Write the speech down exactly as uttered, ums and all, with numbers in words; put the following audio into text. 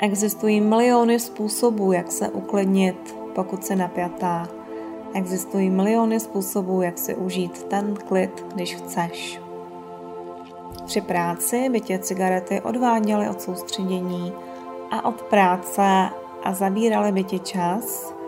Existují miliony způsobů, jak se uklidnit, pokud jsi napjatá. Existují miliony způsobů, jak si užít ten klid, když chceš. Při práci by tě cigarety odváděly od soustředění a od práce a zabíraly by ti čas,